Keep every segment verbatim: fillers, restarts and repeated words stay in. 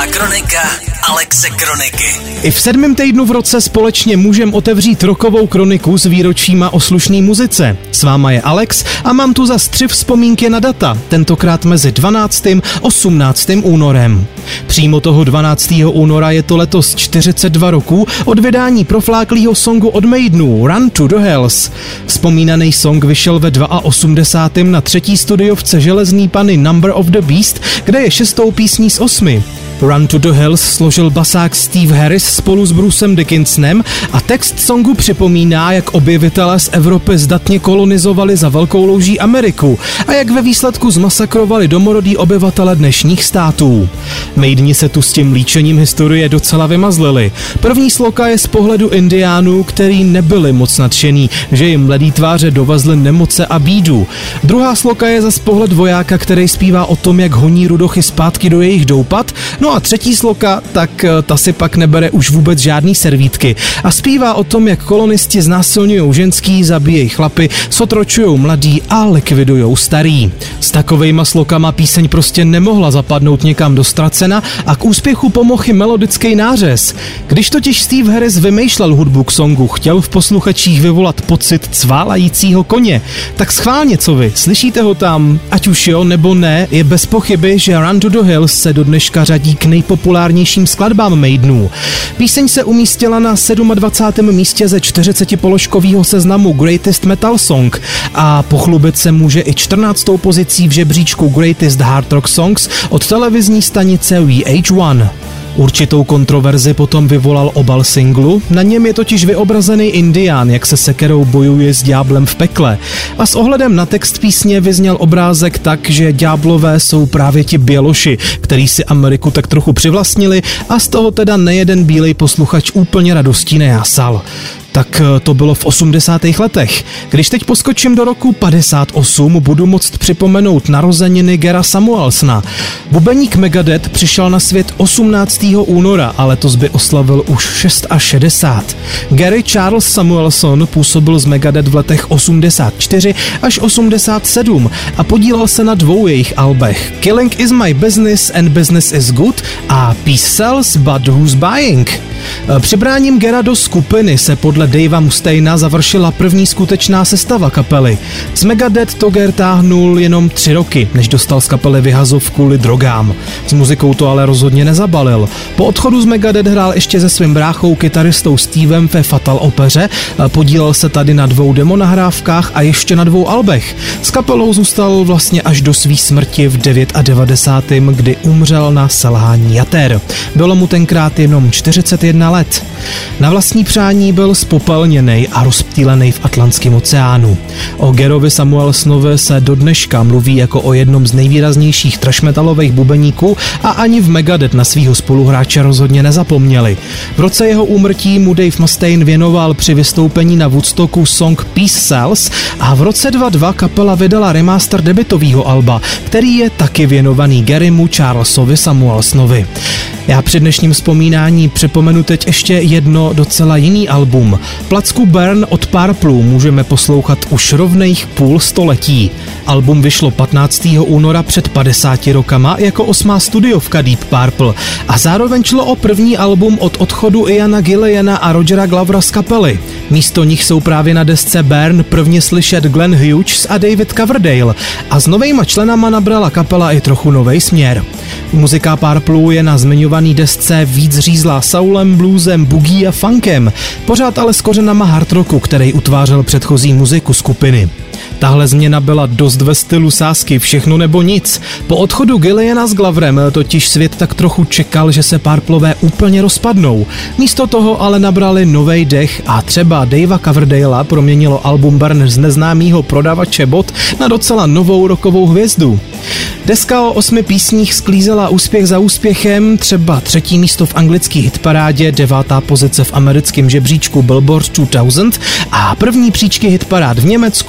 Rocková kronika Alexe Kroniky. I v sedmém týdnu v roce společně můžem otevřít rockovou kroniku s výročíma o slušný muzice. S váma je Alex a mám tu zas tři vzpomínky na data, tentokrát mezi dvanáctým a osmnáctým únorem. Přímo toho dvanáctého února je to letos čtyřicet dva roků od vydání profláklýho songu od Maidenu Run to the Hills. Vzpomínaný song vyšel ve osmdesátém druhém na třetí studiovce Železný Panny Number of the Beast, kde je šestou písní z osmi. Run to the Hills složil basák Steve Harris spolu s Brucem Dickinsonem a text songu připomíná, jak objevitelé z Evropy zdatně kolonizovali za velkou louží Ameriku a jak ve výsledku zmasakrovali domorodí obyvatele dnešních států. Maideni se tu s tím líčením historie docela vymazlili. První sloka je z pohledu indiánů, který nebyli moc nadšený, že jim mladý tváře dovezly nemoce a bídu. Druhá sloka je zas pohled vojáka, který zpívá o tom, jak honí rudochy zpátky do jejich doupat. No a třetí sloka, tak ta si pak nebere už vůbec žádný servítky a zpívá o tom, jak kolonisti znásilňujou ženský, zabíjejí chlapy, sotročujou mladý a likvidujou starý. S takovejma slokama píseň prostě nemohla zapadnout někam do ztracena a k úspěchu pomohl i melodický nářez. Když totiž Steve Harris vymýšlel hudbu k songu, chtěl v posluchačích vyvolat pocit cválajícího koně. Tak schválně, co vy, slyšíte ho tam? Ať už jo nebo ne, je bez pochyby, že Run to the Hills se do dneška řadí k nejpopulárnějším skladbám Maidenů. Píseň se umístila na dvacátém sedmém místě ze čtyřicetipoložkového seznamu Greatest Metal Song a pochlubit se může i čtrnáctou pozicí v žebříčku Greatest Hard Rock Songs od televizní stanice V H jedna. Určitou kontroverzi potom vyvolal obal singlu, na něm je totiž vyobrazený indián, jak se sekerou bojuje s ďáblem v pekle. A s ohledem na text písně vyzněl obrázek tak, že ďáblové jsou právě ti běloši, který si Ameriku tak trochu přivlastnili a z toho teda nejeden bílej posluchač úplně radostí nejásal. Tak to bylo v osmdesátých letech. Když teď poskočím do roku padesát osm, budu moct připomenout narozeniny Gara Samuelsona. Bubeník Megadeth přišel na svět osmnáctého února a letos by oslavil už šedesát šest. Gary Charles Samuelson působil z Megadeth v letech osmdesát čtyři až osmdesát sedm a podílel se na dvou jejich albech Killing is my business and Business is good a Peace sells but who's buying. Přibráním Gara do skupiny se podle Davea Mustaina završila první skutečná sestava kapely. Z Megadeth to Gar táhnul jenom tři roky, než dostal z kapely vyhazov kvůli drogám. S muzikou to ale rozhodně nezabalil. Po odchodu z Megadeth hrál ještě se svým bráchou kytaristou Stevem ve Fatal opeře, podílel se tady na dvou demonahrávkách a ještě na dvou albech. S kapelou zůstal vlastně až do svý smrti v devátém devátém kdy umřel na selhání jater. Bylo mu tenkrát jenom čtyřicet jedna let. Na vlastní přání byl spopelněnej a rozptýlenej v Atlantském oceánu. O Garovi Samuelsonovi se do dneška mluví jako o jednom z nejvýraznějších thrash metalových bubeníků a ani v Megadeth na svýho spoluhráče rozhodně nezapomněli. V roce jeho úmrtí mu Dave Mustaine věnoval při vystoupení na Woodstocku song Peace Sells a v roce dvacet dva kapela vydala remaster debutového alba, který je taky věnovaný Garymu Charlesovi Samuelsonovi. Já při dnešním vzpomínání připomenu teď ještě jedno docela jiný album. Placku Burn od Purple můžeme poslouchat už rovných půl století. Album vyšlo patnáctého února před padesáti rokama jako osmá studiovka Deep Purple a zároveň šlo o první album od odchodu Iana Gilliana a Rogera Glovera z kapely. Místo nich jsou právě na desce Burn prvně slyšet Glenn Hughes a David Coverdale a s novejma členama nabrala kapela i trochu novej směr. Muzika Purple je na zmiňovaný desce víc řízlá soulem, bluesem, boogie a funkem, pořád ale s kořenama hard rocku, který utvářel předchozí muziku skupiny. Tahle změna byla dost ve stylu sásky všechno nebo nic. Po odchodu Gilliana s Gloverem totiž svět tak trochu čekal, že se Purplové úplně rozpadnou. Místo toho ale nabrali novej dech a třeba Davea Coverdalea proměnilo album Burn z neznámýho prodavače bot na docela novou rockovou hvězdu. Deska o osmi písních sklízela úspěch za úspěchem, třeba třetí místo v anglické hitparádě, devátá pozice v americkém žebříčku Billboard dvě tisíc a první příčky hitparád v Německu, Rakousku,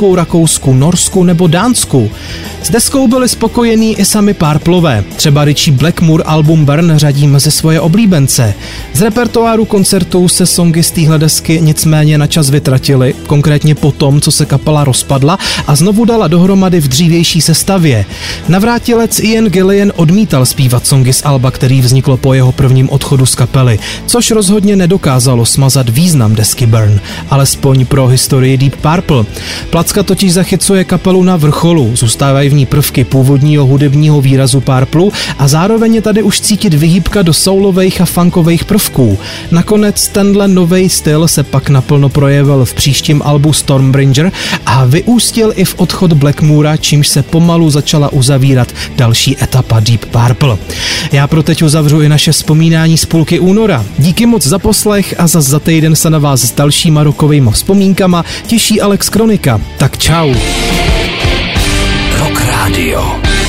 Rakousku, Norsku nebo Dánsku. S deskou byli spokojení i sami Purplové. Třeba Richie Blackmore album Burn řadí mezi svoje oblíbence. Z repertoáru koncertů se songy z téhle desky nicméně na čas vytratily, konkrétně po tom, co se kapela rozpadla a znovu dala dohromady v dřívější sestavě. Navrátilec Ian Gillan odmítal zpívat songy z alba, který vzniklo po jeho prvním odchodu z kapely, což rozhodně nedokázalo smazat význam desky Burn, alespoň pro historii Deep Purple. Placka totiž zachycuje kapelu na vrcholu, zůstávají v ní prvky původního hudebního výrazu Purple a zároveň je tady už cítit vyhýbka do soulových a funkových prvků. Nakonec tenhle novej styl se pak naplno projevil v příštím albu Stormbringer a vyústil i v odchod Blackmora, čímž se pomalu začala uzavírat další etapa Deep Purple. Já pro teď uzavřu i naše vzpomínání z půlky února. Díky moc za poslech a zas za týden se na vás s dalšíma rokovejma vzpomínkama těší Alex Kronika. Tak čau. Rock Radio.